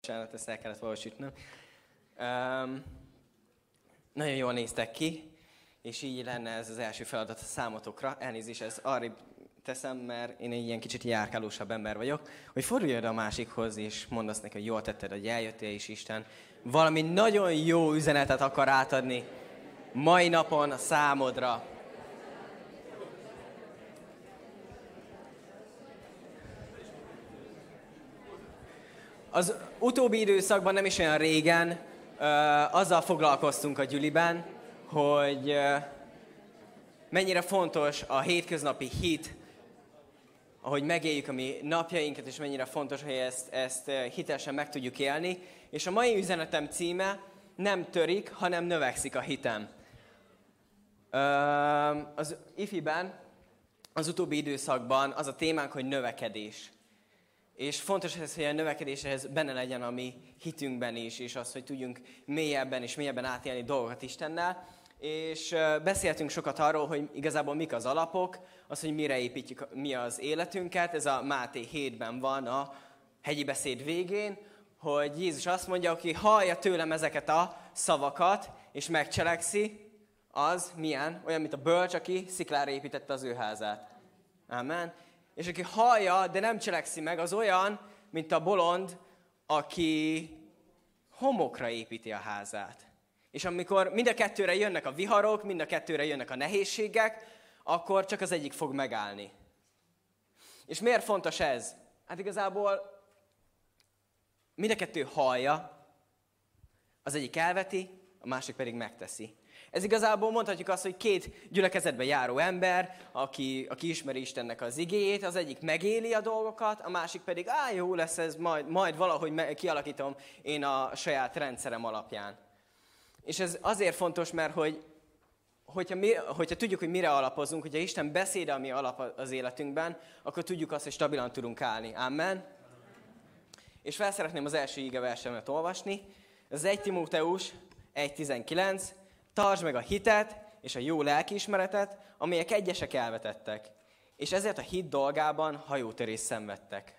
Bocsánat, ezt el kellett valahogy sütnöm. Nagyon jól néztek ki, és így lenne ez az első feladat a számotokra. Elnézést, ez arrébb teszem, mert én egy ilyen kicsit járkálósabb ember vagyok, hogy fordulj oda a másikhoz, és mondd azt neki, hogy jól tetted, hogy eljöttél, és Isten valami nagyon jó üzenetet akar átadni mai napon a számodra. Az utóbbi időszakban, nem is olyan régen, azzal foglalkoztunk a gyüliben, hogy mennyire fontos a hétköznapi hit, ahogy megéljük a mi napjainkat, és mennyire fontos, hogy ezt hitelesen meg tudjuk élni. És a mai üzenetem címe nem törik, hanem növekszik a hitem. Az ifiben, az utóbbi időszakban az a témánk, hogy növekedés. És fontos ez, hogy a növekedéshez benne legyen a mi hitünkben is, és az, hogy tudjunk mélyebben átélni dolgokat Istennel. És beszéltünk sokat arról, hogy igazából mik az alapok, az, hogy mire építjük mi az életünket. Ez a Máté 7-ben van a hegyi beszéd végén, hogy Jézus azt mondja, aki hallja tőlem ezeket a szavakat, és megcselekszi, az milyen? Olyan, mint a bölcs, aki sziklára építette az ő házát. Amen. És aki hallja, de nem cselekszi meg, az olyan, mint a bolond, aki homokra építi a házát. És amikor mind a kettőre jönnek a viharok, mind a kettőre jönnek a nehézségek, akkor csak az egyik fog megállni. És miért fontos ez? Hát igazából mind a kettő hallja, az egyik elveti, a másik pedig megteszi. Ez igazából mondhatjuk azt, hogy két gyülekezetbe járó ember, aki ismeri Istennek az igéjét, az egyik megéli a dolgokat, a másik pedig, jó lesz ez, majd valahogy kialakítom én a saját rendszerem alapján. És ez azért fontos, mert hogyha tudjuk, hogy mire alapozunk, hogyha Isten beszéde, ami alap az életünkben, akkor tudjuk azt, hogy stabilan tudunk állni. Amen? És fel szeretném az első igeversemet olvasni. Ez 1 Timóteus 1.19. Tartsd meg a hitet és a jó lelkiismeretet, amelyek egyesek elvetettek, és ezért a hit dolgában hajótörést szenvedtek.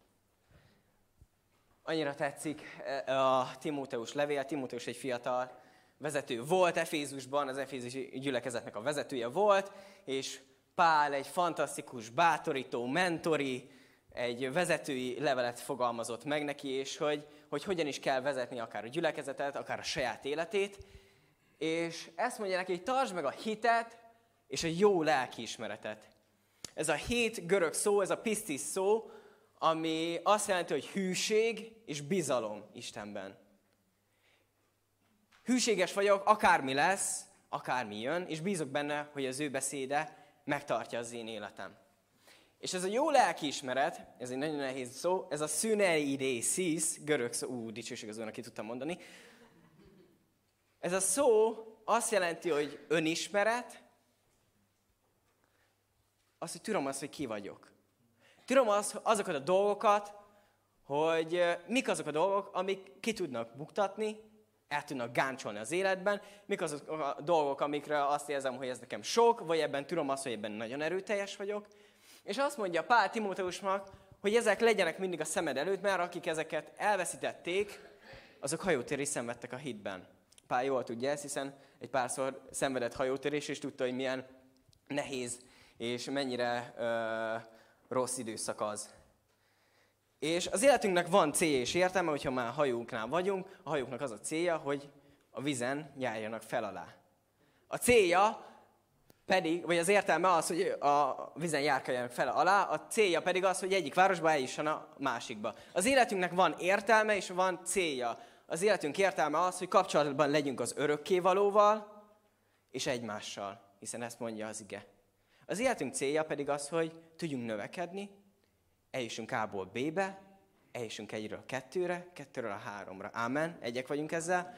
Annyira tetszik a Timóteus levél. Timóteus egy fiatal vezető volt Efézusban, az efézusi gyülekezetnek a vezetője volt, és Pál egy fantasztikus, bátorító, mentori, egy vezetői levelet fogalmazott meg neki, és hogy hogyan is kell vezetni akár a gyülekezetet, akár a saját életét. És ezt mondja neki, hogy tartsd meg a hitet és a jó lelkiismeretet. Ez a hit görög szó, ez a pistis szó, ami azt jelenti, hogy hűség és bizalom Istenben. Hűséges vagyok, akármi lesz, akármi jön, és bízok benne, hogy az ő beszéde megtartja az én életem. És ez a jó lelkiismeret, ez egy nagyon nehéz szó, ez a szüneidesis, görög szó, dicsőség az Úrnak, ki tudtam mondani. Ez a szó azt jelenti, hogy önismeret, azt, hogy tudom azt, hogy ki vagyok. Tudom azokat a dolgokat, hogy mik azok a dolgok, amik ki tudnak buktatni, el tudnak gáncsolni az életben, mik azok a dolgok, amikre azt érzem, hogy ez nekem sok, vagy ebben tudom azt, hogy ebben nagyon erőteljes vagyok. És azt mondja Pál Timóteusnak, hogy ezek legyenek mindig a szemed előtt, mert akik ezeket elveszítették, azok hajótörést szenvedtek a hitben. Pál jól tudja ezt, hiszen egy párszor szenvedett hajótörés, és tudta, hogy milyen nehéz és mennyire rossz időszak az. És az életünknek van célja és értelme, hogyha már hajónknál vagyunk, a hajóknak az a célja, hogy a vizen járjanak fel alá. A célja pedig, vagy az értelme az, hogy a vizen járkáljanak fel alá, a célja pedig az, hogy egyik városba eljusson a másikba. Az életünknek van értelme és van célja. Az életünk értelme az, hogy kapcsolatban legyünk az örökkévalóval és egymással, hiszen ezt mondja az ige. Az életünk célja pedig az, hogy tudjunk növekedni, eljussunk A-ból B-be, eljussunk 1-ről 2-re, 2-ről a 3-ra. Ámen, egyek vagyunk ezzel.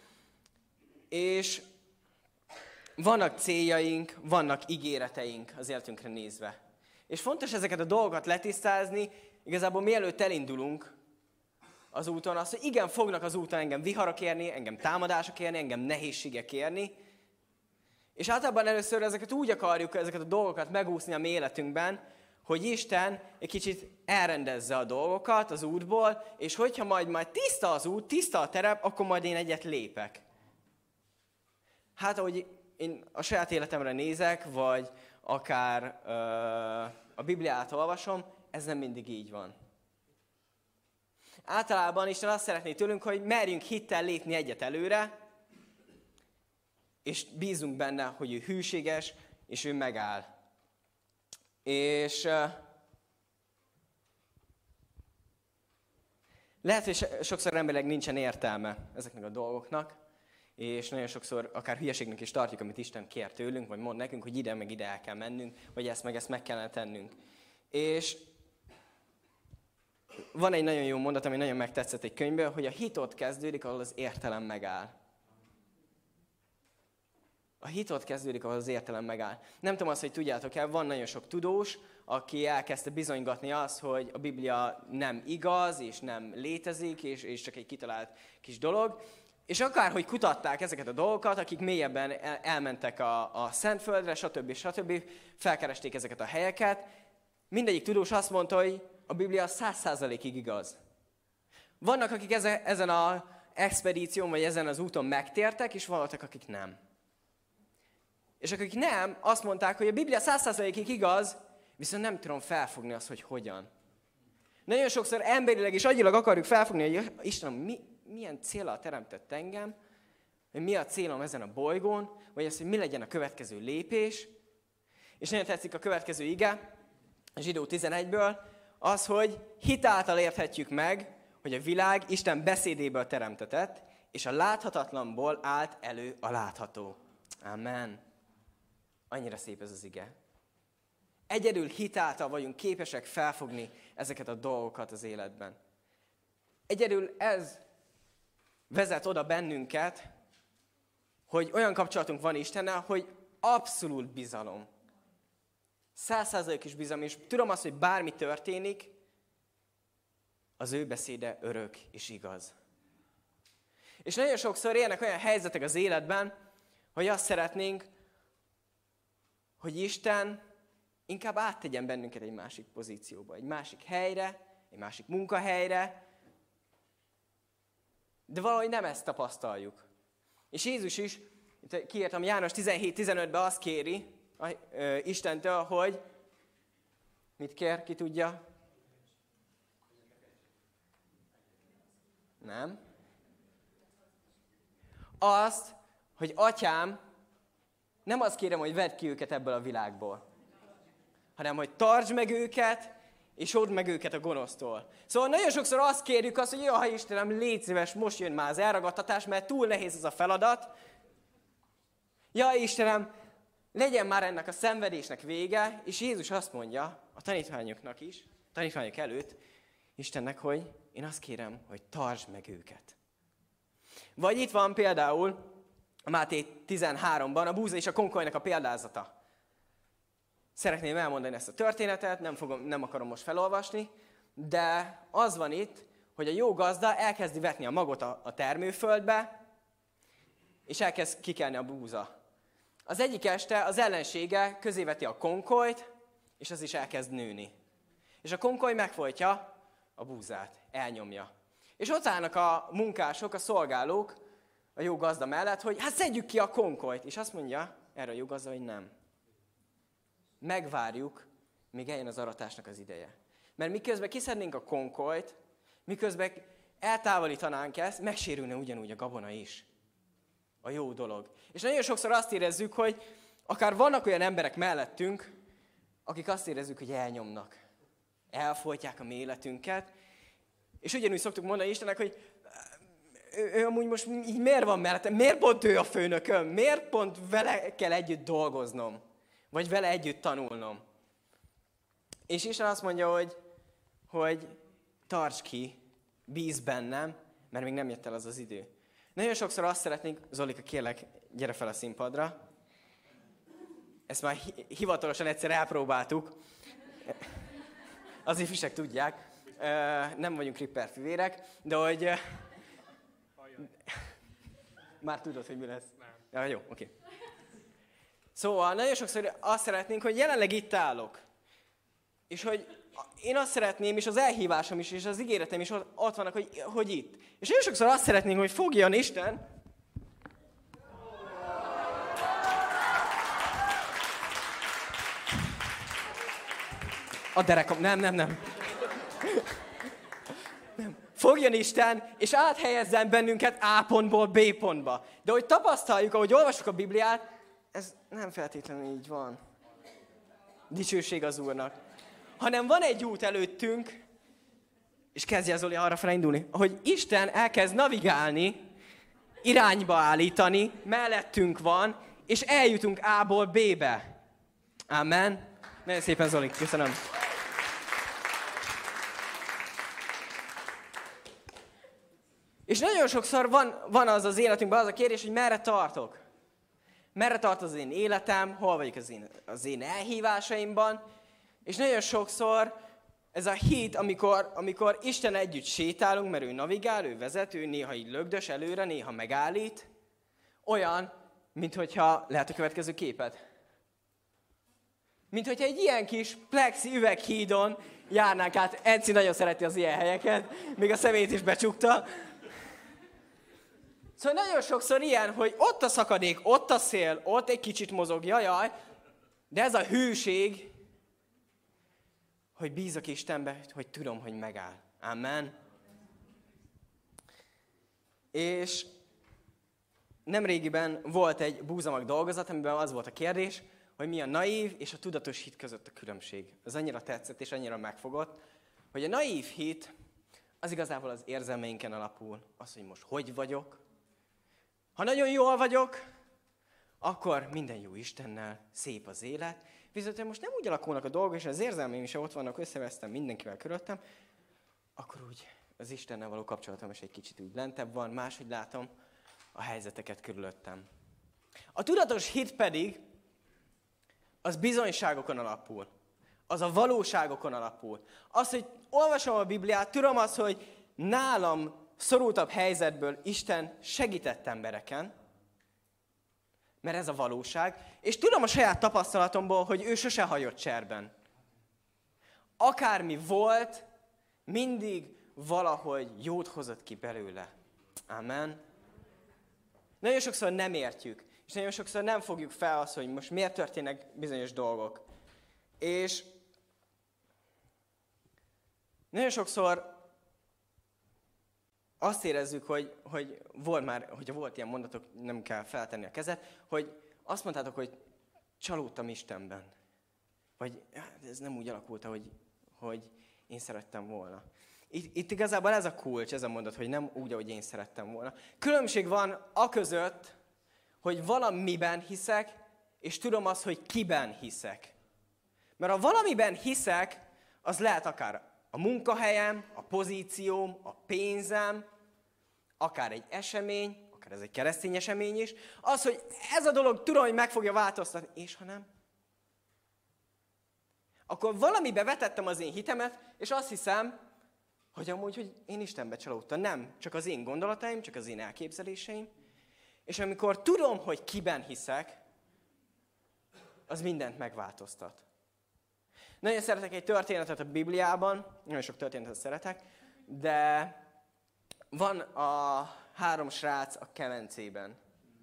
És vannak céljaink, vannak ígéreteink az életünkre nézve. És fontos ezeket a dolgokat letisztázni, igazából mielőtt elindulunk az úton, az, hogy igen, fognak az úton engem viharok érni, engem támadások érni, engem nehézségek érni. És általában először ezeket úgy akarjuk, ezeket a dolgokat megúszni a mi életünkben, hogy Isten egy kicsit elrendezze a dolgokat az útból, és hogyha majd tiszta az út, tiszta a terep, akkor majd én egyet lépek. Hát, ahogy én a saját életemre nézek, vagy akár a Bibliát olvasom, ez nem mindig így van. Általában Isten azt szeretné tőlünk, hogy merjünk hittel lépni egyet előre, és bízunk benne, hogy ő hűséges, és ő megáll. És lehet, hogy sokszor emberileg nincsen értelme ezeknek a dolgoknak, és nagyon sokszor akár hülyeségnek is tartjuk, amit Isten kér tőlünk, vagy mond nekünk, hogy ide meg ide el kell mennünk, vagy ezt meg kellene tennünk. És van egy nagyon jó mondat, ami nagyon megtetszett egy könyvből, hogy a hit ott kezdődik, ahol az értelem megáll. A hit ott kezdődik, ahol az értelem megáll. Nem tudom azt, hogy tudjátok-e, van nagyon sok tudós, aki elkezdte bizonygatni azt, hogy a Biblia nem igaz, és nem létezik, és csak egy kitalált kis dolog. És akárhogy kutatták ezeket a dolgokat, akik mélyebben elmentek a Szentföldre, stb. Felkeresték ezeket a helyeket, mindegyik tudós azt mondta, hogy a Biblia 100%-ig igaz. Vannak, akik ezen az expedíción, vagy ezen az úton megtértek, és voltak, akik nem. És akik nem, azt mondták, hogy a Biblia 100%-ig igaz, viszont nem tudom felfogni azt, hogy hogyan. Nagyon sokszor emberileg és agyilag akarjuk felfogni, hogy Istenem, milyen céllal teremtett engem, hogy mi a célom ezen a bolygón, vagy az, hogy mi legyen a következő lépés. És nagyon tetszik a következő ige, a Zsidó 11-ből, az, hogy hit által érthetjük meg, hogy a világ Isten beszédéből teremtetett, és a láthatatlanból állt elő a látható. Amen. Annyira szép ez az ige. Egyedül hit által vagyunk képesek felfogni ezeket a dolgokat az életben. Egyedül ez vezet oda bennünket, hogy olyan kapcsolatunk van Istennel, hogy abszolút bizalom. 100%-os bizalom, és tudom azt, hogy bármi történik, az ő beszéde örök és igaz. És nagyon sokszor élnek olyan helyzetek az életben, hogy azt szeretnénk, hogy Isten inkább áttegyen bennünket egy másik pozícióba, egy másik helyre, egy másik munkahelyre, de valahogy nem ezt tapasztaljuk. És Jézus is, itt kiírtam János 17-15-ben azt kéri Istentől, hogy mit kér, ki tudja? Nem. Azt, hogy Atyám, nem azt kérem, hogy vedd ki őket ebből a világból, hanem hogy tartsd meg őket, és odd meg őket a gonosztól. Szóval nagyon sokszor azt kérjük azt, hogy jaj, Istenem, légy szíves, most jön már az elragadtatás, mert túl nehéz ez a feladat. Jaj, Istenem, legyen már ennek a szenvedésnek vége, és Jézus azt mondja a tanítványoknak is, tanítványok előtt, Istennek, hogy én azt kérem, hogy tartsd meg őket. Vagy itt van például a Máté 13-ban a búza és a konkolynak a példázata. Szeretném elmondani ezt a történetet, nem akarom most felolvasni, de az van itt, hogy a jó gazda elkezdi vetni a magot a termőföldbe, és elkezd kikelni a búza. Az egyik este az ellensége közéveti a konkolyt, és az is elkezd nőni. És a konkoly megfojtja a búzát, elnyomja. És ott állnak a munkások, a szolgálók a jó gazda mellett, hogy hát szedjük ki a konkolyt. És azt mondja erre a jó gazda, hogy nem. Megvárjuk, míg eljön az aratásnak az ideje. Mert miközben kiszednénk a konkolyt, miközben eltávolítanánk ezt, megsérülne ugyanúgy a gabona is. A jó dolog. És nagyon sokszor azt érezzük, hogy akár vannak olyan emberek mellettünk, akik azt érezzük, hogy elnyomnak. Elfojtják a mi életünket. És ugyanúgy szoktuk mondani Istennek, hogy ő amúgy most így miért van mellettem? Miért pont ő a főnököm? Miért pont vele kell együtt dolgoznom? Vagy vele együtt tanulnom? És Isten azt mondja, hogy tarts ki, bíz bennem, mert még nem jött el az az idő. Nagyon sokszor azt szeretnénk, Zolika, kérlek, gyere fel a színpadra. Ezt már hivatalosan egyszer elpróbáltuk. Az ifjúság tudják. Nem vagyunk ripperfivérek, de hogy... Már tudod, hogy mi lesz? Nem. Ja, jó, oké. Szóval nagyon sokszor azt szeretnénk, hogy jelenleg itt állok. És hogy én azt szeretném, és az elhívásom is, és az ígéretem is ott vannak, hogy itt. És nagyon sokszor azt szeretném, hogy fogjon Isten, a derekam, nem. Fogjon Isten, és áthelyezzen bennünket A pontból B pontba. De hogy tapasztaljuk, ahogy olvasjuk a Bibliát, ez nem feltétlenül így van. Dicsőség az Úrnak. Hanem van egy út előttünk, és kezdje Zoli arra indulni, hogy Isten elkezd navigálni, irányba állítani, mellettünk van, és eljutunk A-ból B-be. Amen. Nagyon szépen, Zoli, köszönöm. És nagyon sokszor van az az életünkben az a kérdés, hogy merre tartok. Merre tart az én életem, hol vagyok az én elhívásaimban. És nagyon sokszor ez a hit, amikor Isten együtt sétálunk, mert ő navigál, ő vezet, ő néha így lögdös előre, néha megállít, olyan, minthogyha, lehet a következő képet, minthogyha egy ilyen kis plexi üveghídon járnánk át. Enci nagyon szereti az ilyen helyeket, még a szemét is becsukta. Szóval nagyon sokszor ilyen, hogy ott a szakadék, ott a szél, ott egy kicsit mozog, jaj, de ez a hűség, hogy bízok Istenbe, hogy tudom, hogy megáll. Amen. És nemrégiben volt egy búzamag dolgozat, amiben az volt a kérdés, hogy mi a naív és a tudatos hit között a különbség. Ez annyira tetszett és annyira megfogott, hogy a naív hit az igazából az érzelmeinken alapul. Az, hogy most hogy vagyok. Ha nagyon jól vagyok, akkor minden jó Istennel, szép az élet. Viszont, ha most nem úgy alakulnak a dolgok, és az érzelmeim is ott vannak, összevesztem mindenkivel körülöttem, akkor úgy az Istennel való kapcsolatom is egy kicsit úgy lentebb van, máshogy látom a helyzeteket körülöttem. A tudatos hit pedig az bizonyságokon alapul. Az a valóságokon alapul. Az, hogy olvasom a Bibliát, tudom azt, hogy nálam szorultabb helyzetből Isten segített embereken, mert ez a valóság, és tudom a saját tapasztalatomból, hogy ő sose hagyott cserben. Akármi volt, mindig valahogy jót hozott ki belőle. Amen. Nagyon sokszor nem értjük, és nagyon sokszor nem fogjuk fel azt, hogy most miért történnek bizonyos dolgok. És nagyon sokszor azt érezzük, hogy volt ilyen mondatok, nem kell feltenni a kezet, hogy azt mondtátok, hogy csalódtam Istenben. Vagy ez nem úgy alakult, hogy én szerettem volna. Itt igazából ez a kulcs, ez a mondat, hogy nem úgy, ahogy én szerettem volna. Különbség van aközött, hogy valamiben hiszek, és tudom azt, hogy kiben hiszek. Mert ha valamiben hiszek, az lehet akár a munkahelyem, a pozícióm, a pénzem, akár egy esemény, akár ez egy keresztény esemény is, az, hogy ez a dolog tudom, hogy meg fogja változtatni, és ha nem, akkor valamibe vetettem az én hitemet, és azt hiszem, hogy amúgy, hogy én Istenbe csalódtam. Nem, csak az én gondolataim, csak az én elképzeléseim. És amikor tudom, hogy kiben hiszek, az mindent megváltoztat. Nagyon szeretek egy történetet a Bibliában, nagyon sok történetet szeretek, de van a 3 srác a kemencében.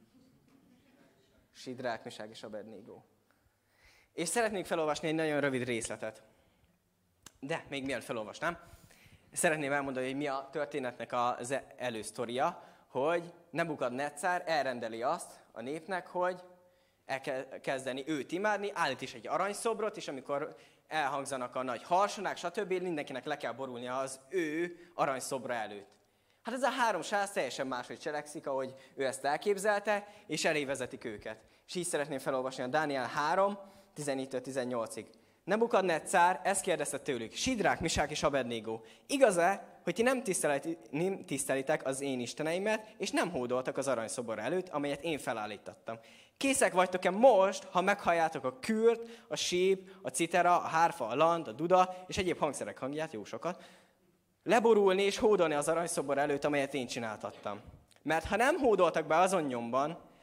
Sidrák, Misák és Abednego. És szeretnék felolvasni egy nagyon rövid részletet. De még mielőtt felolvasnám, szeretném elmondani, hogy mi a történetnek az elősztoria, hogy Nebukadneccár elrendeli azt a népnek, hogy elkezdeni őt imádni, állít is egy aranyszobrot, és amikor elhangzanak a nagy harsonák, stb. Mindenkinek le kell borulnia az ő aranyszobra előtt. Hát ez a 3 srác teljesen máshogy cselekszik, ahogy ő ezt elképzelte, és elé vezetik őket. És így szeretném felolvasni a Dániel 3, 14-18-ig. Nebukadneccár ezt kérdezte tőlük: Sidrák, Misák és Abednego, igaz-e, hogy ti nem tisztelitek az én isteneimet, és nem hódoltak az aranyszobor előtt, amelyet én felállítottam? Készek vagytok-e most, ha meghalljátok a kürt, a síp, a citera, a hárfa, a lant, a duda, és egyéb hangszerek hangját, jó sokat, leborulni és hódolni az aranyszobor előtt, amelyet én csináltattam? Mert ha nem hódoltak be azon nyomban,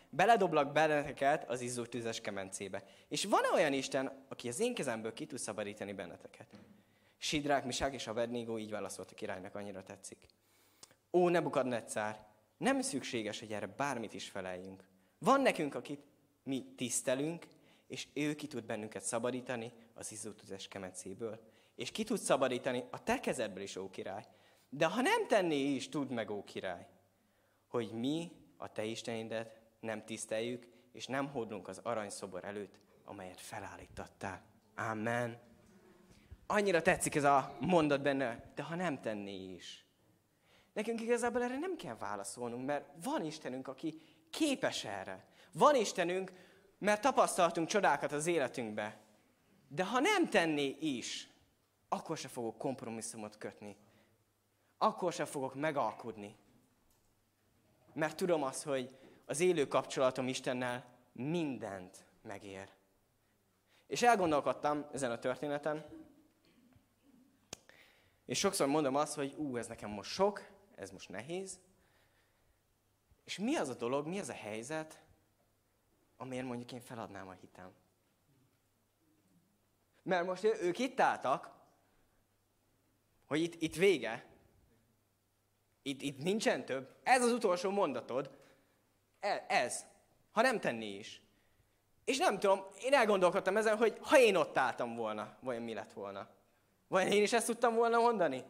beledoblak benneteket az izzó tüzes kemencébe. És van olyan Isten, aki az én kezemből ki tud szabadítani benneteket? Sidrák, Misák és Abednego így válaszolt a királynak, annyira tetszik. Ó, Nebukadneccár, nem szükséges, hogy erre bármit is feleljünk. Van nekünk, akit mi tisztelünk, és ő ki tud bennünket szabadítani az izzótüzes kemencéből. És ki tud szabadítani a te kezedből is, ó király. De ha nem tenné is, tudd meg, ó király, hogy mi a te istenidet nem tiszteljük, és nem hódlunk az aranyszobor előtt, amelyet felállítottál. Amen. Annyira tetszik ez a mondat benne, de ha nem tenné is. Nekünk igazából erre nem kell válaszolnunk, mert van Istenünk, aki képes erre. Van Istenünk, mert tapasztaltunk csodákat az életünkbe. De ha nem tenné is, akkor se fogok kompromisszumot kötni. Akkor se fogok megalkudni. Mert tudom azt, hogy az élő kapcsolatom Istennel mindent megér. És elgondolkodtam ezen a történeten, és sokszor mondom azt, hogy ez nekem most sok, ez most nehéz. És mi az a dolog, mi az a helyzet, amiért mondjuk én feladnám a hitem? Mert most ők itt álltak, hogy itt vége. Itt nincsen több. Ez az utolsó mondatod. Ez. Ha nem tenné is. És nem tudom, én elgondolkodtam ezen, hogy ha én ott álltam volna, vajon mi lett volna? Vajon én is ezt tudtam volna mondani?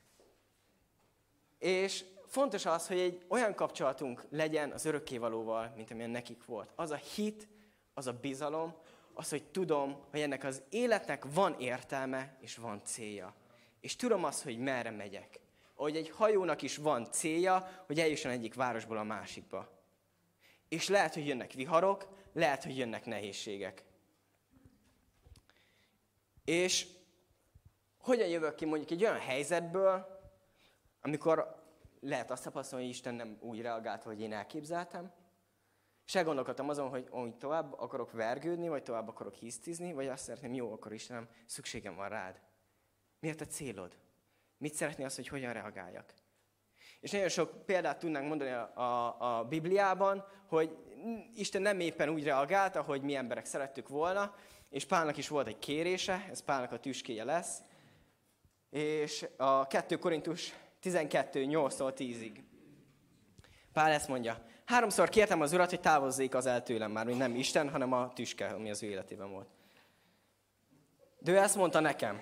És fontos az, hogy egy olyan kapcsolatunk legyen az örökkévalóval, mint amilyen nekik volt. Az a hit, az a bizalom, az, hogy tudom, hogy ennek az életnek van értelme és van célja. És tudom azt, hogy merre megyek. Ahogy egy hajónak is van célja, hogy eljusson egyik városból a másikba. És lehet, hogy jönnek viharok, lehet, hogy jönnek nehézségek. És hogyan jövök ki mondjuk egy olyan helyzetből, amikor lehet azt tapasztalni, hogy Isten nem úgy reagált, hogy én elképzeltem, és elgondolkodtam azon, hogy tovább akarok vergődni, vagy tovább akarok hisztizni, vagy azt szeretném, jó, akkor Istenem, szükségem van rád. Miért a célod? Mit szeretnél azt, hogy hogyan reagáljak? És nagyon sok példát tudnánk mondani a Bibliában, hogy Isten nem éppen úgy reagált, ahogy mi emberek szerettük volna, és Pálnak is volt egy kérése, ez Pálnak a tüskéje lesz, és a 2 Korintus 12, 8-tól 10-ig. Pál ezt mondja, 3-szor kértem az Urat, hogy távozzék az el tőlem, már nem Isten, hanem a tüske, ami az ő életében volt. De ő ezt mondta nekem.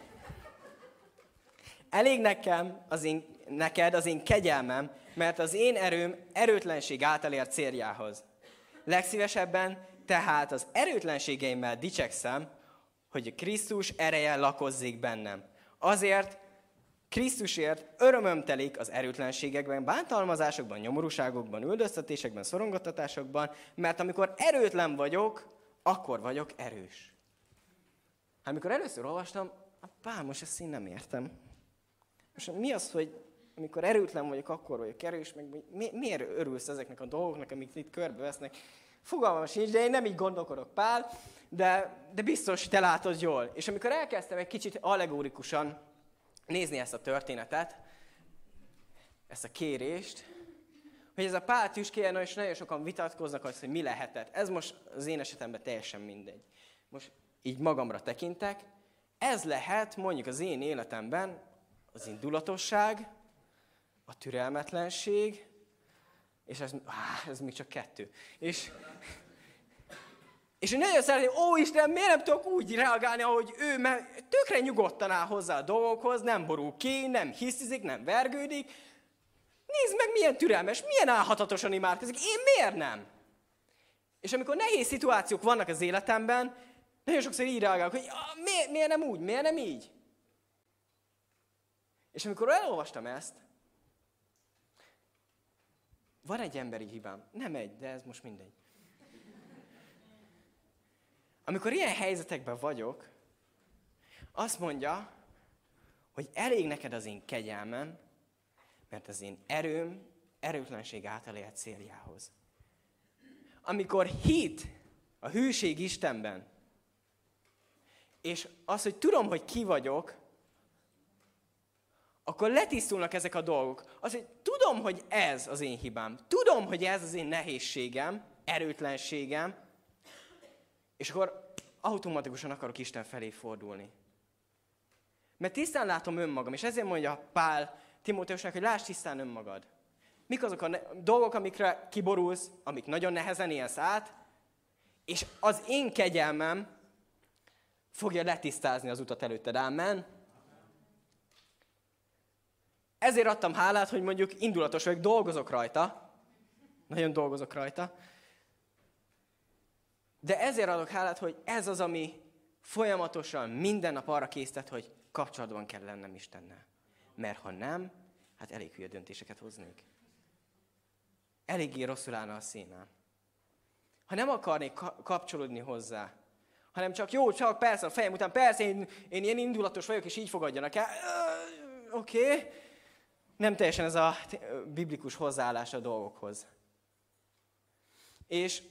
Elég neked az én kegyelmem, mert az én erőm erőtlenség által ért céljához. Legszívesebben tehát az erőtlenségeimmel dicsekszem, hogy Krisztus ereje lakozzék bennem. Azért Krisztusért örömöm telik az erőtlenségekben, bántalmazásokban, nyomorúságokban, üldöztetésekben, szorongattatásokban, mert amikor erőtlen vagyok, akkor vagyok erős. Hát amikor először olvastam, most ezt én nem értem. Most mi az, hogy amikor erőtlen vagyok, akkor vagyok erős, meg miért örülsz ezeknek a dolgoknak, amik itt körbevesznek? Fogalmam sincs, de én nem így gondolkodok, Pál, de biztos te látod jól. És amikor elkezdtem egy kicsit allegorikusan nézni ezt a történetet, ezt a kérést, hogy ez a Pál tüskéje, és nagyon sokan vitatkoznak az, hogy mi lehetett. Ez most az én esetemben teljesen mindegy. Most így magamra tekintek, ez lehet mondjuk az én életemben az indulatosság, a türelmetlenség, és ez még csak 2. És én nagyon szeretném, Isten, miért nem tudok úgy reagálni, ahogy ő, mert tökre nyugodtan áll hozzá a dolgokhoz, nem borul ki, nem hisztizik, nem vergődik. Nézd meg, milyen türelmes, milyen álhatatosan imádkozik, én miért nem? És amikor nehéz szituációk vannak az életemben, nagyon sokszor így reagálok, hogy miért nem úgy, miért nem így? És amikor elolvastam ezt, van egy emberi hibám. Nem egy, de ez most mindegy. Amikor ilyen helyzetekben vagyok, azt mondja, hogy elég neked az én kegyelmem, mert az én erőm erőtlenség által ért céljához. Amikor hit a hűség Istenben, és az, hogy tudom, hogy ki vagyok, akkor letisztulnak ezek a dolgok. Az, hogy tudom, hogy ez az én hibám, tudom, hogy ez az én nehézségem, erőtlenségem, és akkor automatikusan akarok Isten felé fordulni. Mert tisztán látom önmagam, és ezért mondja Pál Timóteusnak, hogy lásd tisztán önmagad. Mik azok a dolgok, amikre kiborulsz, amik nagyon nehezen élsz át, és az én kegyelmem fogja letisztázni az utat előtted. Amen. Ezért adtam hálát, hogy mondjuk indulatos vagyok, dolgozok rajta. Nagyon dolgozok rajta. De ezért adok hálát, hogy ez az, ami folyamatosan minden nap arra késztet, hogy kapcsolatban kell lennem Istennel. Mert ha nem, hát elég hülye döntéseket hoznék. Eléggé rosszul állna a színám. Ha nem akarnék kapcsolódni hozzá, hanem csak persze a fejem után, persze én ilyen indulatos vagyok, és így fogadjanak el. Oké. Nem teljesen ez a biblikus hozzáállás a dolgokhoz. És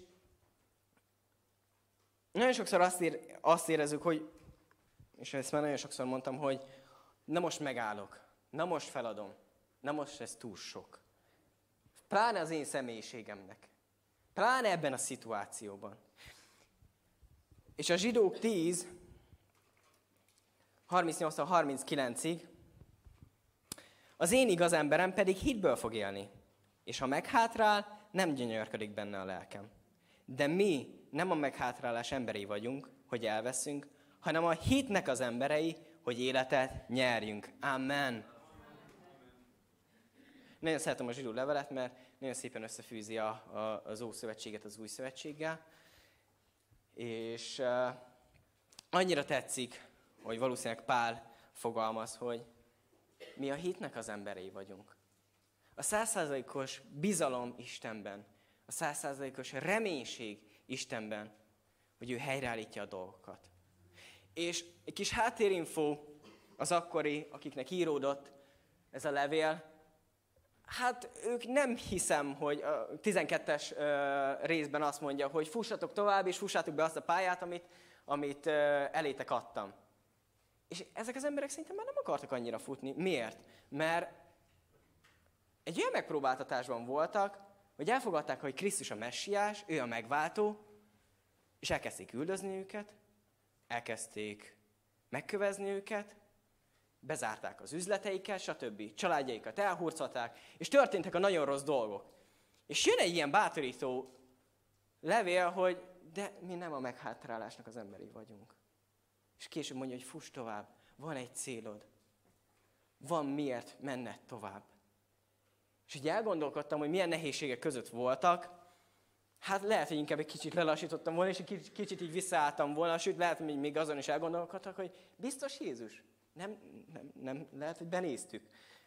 nagyon sokszor azt érezzük, hogy, és ezt már nagyon sokszor mondtam, hogy na most megállok, na most feladom, na most ez túl sok. Pláne az én személyiségemnek. Pláne ebben a szituációban. És a Zsidók 10, 38-39-ig, az én igaz emberem pedig hitből fog élni, és ha meghátrál, nem gyönyörködik benne a lelkem. De mi nem a meghátrálás emberei vagyunk, hogy elveszünk, hanem a hitnek az emberei, hogy életet nyerjünk. Amen. Nagyon szeretem a zsidó levelet, mert nagyon szépen összefűzi az Ószövetséget az Új Szövetséggel. És annyira tetszik, hogy valószínűleg Pál fogalmaz, hogy mi a hitnek az emberei vagyunk. A 100%-os bizalom Istenben, a 100%-os reménység Istenben, hogy ő helyreállítja a dolgokat. És egy kis háttérinfo az akkori, akiknek íródott ez a levél, hát ők nem hiszem, hogy a 12-es részben azt mondja, hogy fussatok tovább, és fussátok be azt a pályát, amit elétek adtam. És ezek az emberek szerintem már nem akartak annyira futni. Miért? Mert egy olyan megpróbáltatásban voltak, hogy elfogadták, hogy Krisztus a messiás, ő a megváltó, és elkezdték üldözni őket, elkezdték megkövezni őket, bezárták az üzleteiket, stb. Családjaikat elhurcolták, és történtek a nagyon rossz dolgok. És jön egy ilyen bátorító levél, hogy de mi nem a meghátrálásnak az emberei vagyunk. És később mondja, hogy fuss tovább, van egy célod. Van miért menned tovább. És így elgondolkodtam, hogy milyen nehézségek között voltak. Hát lehet, hogy inkább egy kicsit lelassítottam volna, és egy kicsit így visszaálltam volna, sőt lehet, hogy még azon is elgondolkodtak, hogy biztos Jézus? Nem lehet, hogy benéztük.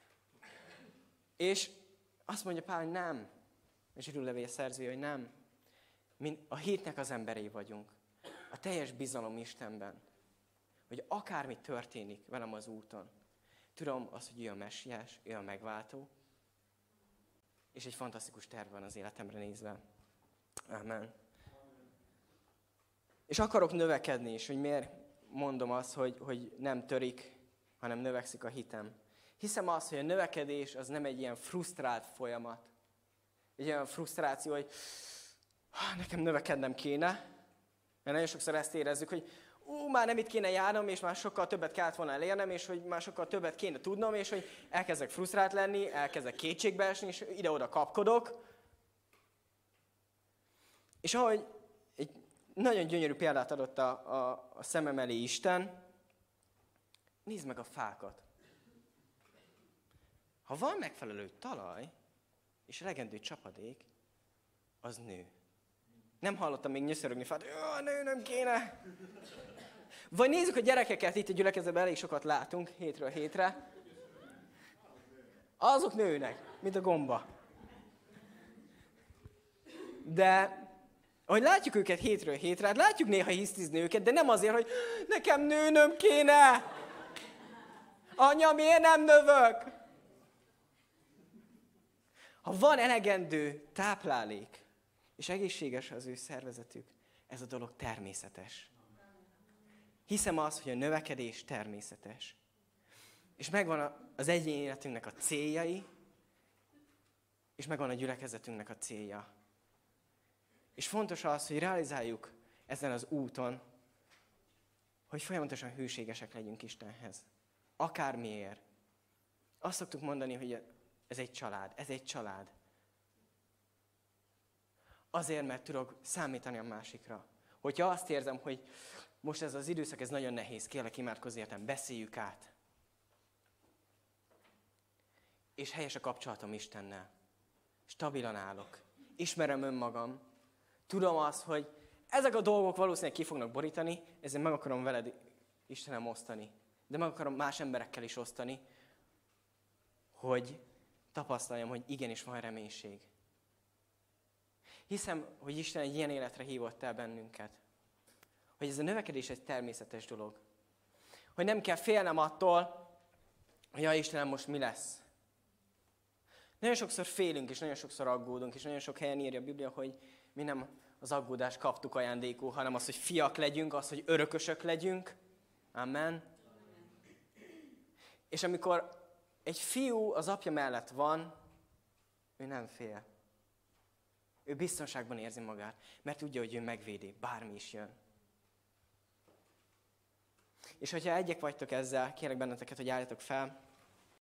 És azt mondja Pál, hogy nem. A zsidó levél szerzője, hogy nem. Mi a hitnek az emberei vagyunk. A teljes bizalom Istenben. Hogy akármi történik velem az úton, tudom azt, hogy ő a messiás, ő a megváltó, és egy fantasztikus terv van az életemre nézve. Amen. És akarok növekedni, és hogy miért mondom azt, hogy nem törik, hanem növekszik a hitem. Hiszem azt, hogy a növekedés az nem egy ilyen frusztrált folyamat. Egy olyan frusztráció, hogy nekem növekednem kéne. Mert nagyon sokszor ezt érezzük, hogy már nem itt kéne járnom, és már sokkal többet kellett volna elérnem, és hogy már sokkal többet kéne tudnom, és hogy elkezdek frusztrált lenni, elkezdek kétségbe esni, és ide-oda kapkodok. És ahogy egy nagyon gyönyörű példát adott a szemem elé Isten, nézd meg a fákat. Ha van megfelelő talaj, és elegendő csapadék, az nő. Nem hallottam még nyöszörögni fát, nőnöm kéne. Vagy nézzük a gyerekeket, itt a gyülekezetben elég sokat látunk, hétről hétre. Azok nőnek, mint a gomba. De ahogy látjuk őket hétről hétre, hát látjuk néha hisztizni őket, de nem azért, hogy nekem nőnöm kéne. Anya, miért nem növök? Ha van elegendő táplálék, és egészséges az ő szervezetük, ez a dolog természetes. Hiszem azt, hogy a növekedés természetes. És megvan az egyéni életünknek a céljai, és megvan a gyülekezetünknek a célja. És fontos az, hogy realizáljuk ezen az úton, hogy folyamatosan hűségesek legyünk Istenhez. Akármiért. Azt szoktuk mondani, hogy ez egy család, ez egy család. Azért, mert tudok számítani a másikra. Hogyha azt érzem, hogy most ez az időszak, ez nagyon nehéz, kérlek imádkozz értem, beszéljük át. És helyes a kapcsolatom Istennel. Stabilan állok. Ismerem önmagam. Tudom azt, hogy ezek a dolgok valószínűleg ki fognak borítani, ezért meg akarom veled, Istenem, osztani. De meg akarom más emberekkel is osztani, hogy tapasztaljam, hogy igenis van reménység. Hiszem, hogy Isten egy ilyen életre hívott el bennünket. Hogy ez a növekedés egy természetes dolog. Hogy nem kell félnem attól, hogy ja, Istenem, most mi lesz. Nagyon sokszor félünk, és nagyon sokszor aggódunk, és nagyon sok helyen írja a Biblia, hogy mi nem az aggódást kaptuk ajándékul, hanem az, hogy fiak legyünk, az, hogy örökösök legyünk. Amen. És amikor egy fiú az apja mellett van, ő nem fél. Ő biztonságban érzi magát, mert tudja, hogy ő megvédi, bármi is jön. És hogyha egyek vagytok ezzel, kérlek benneteket, hogy álljatok fel.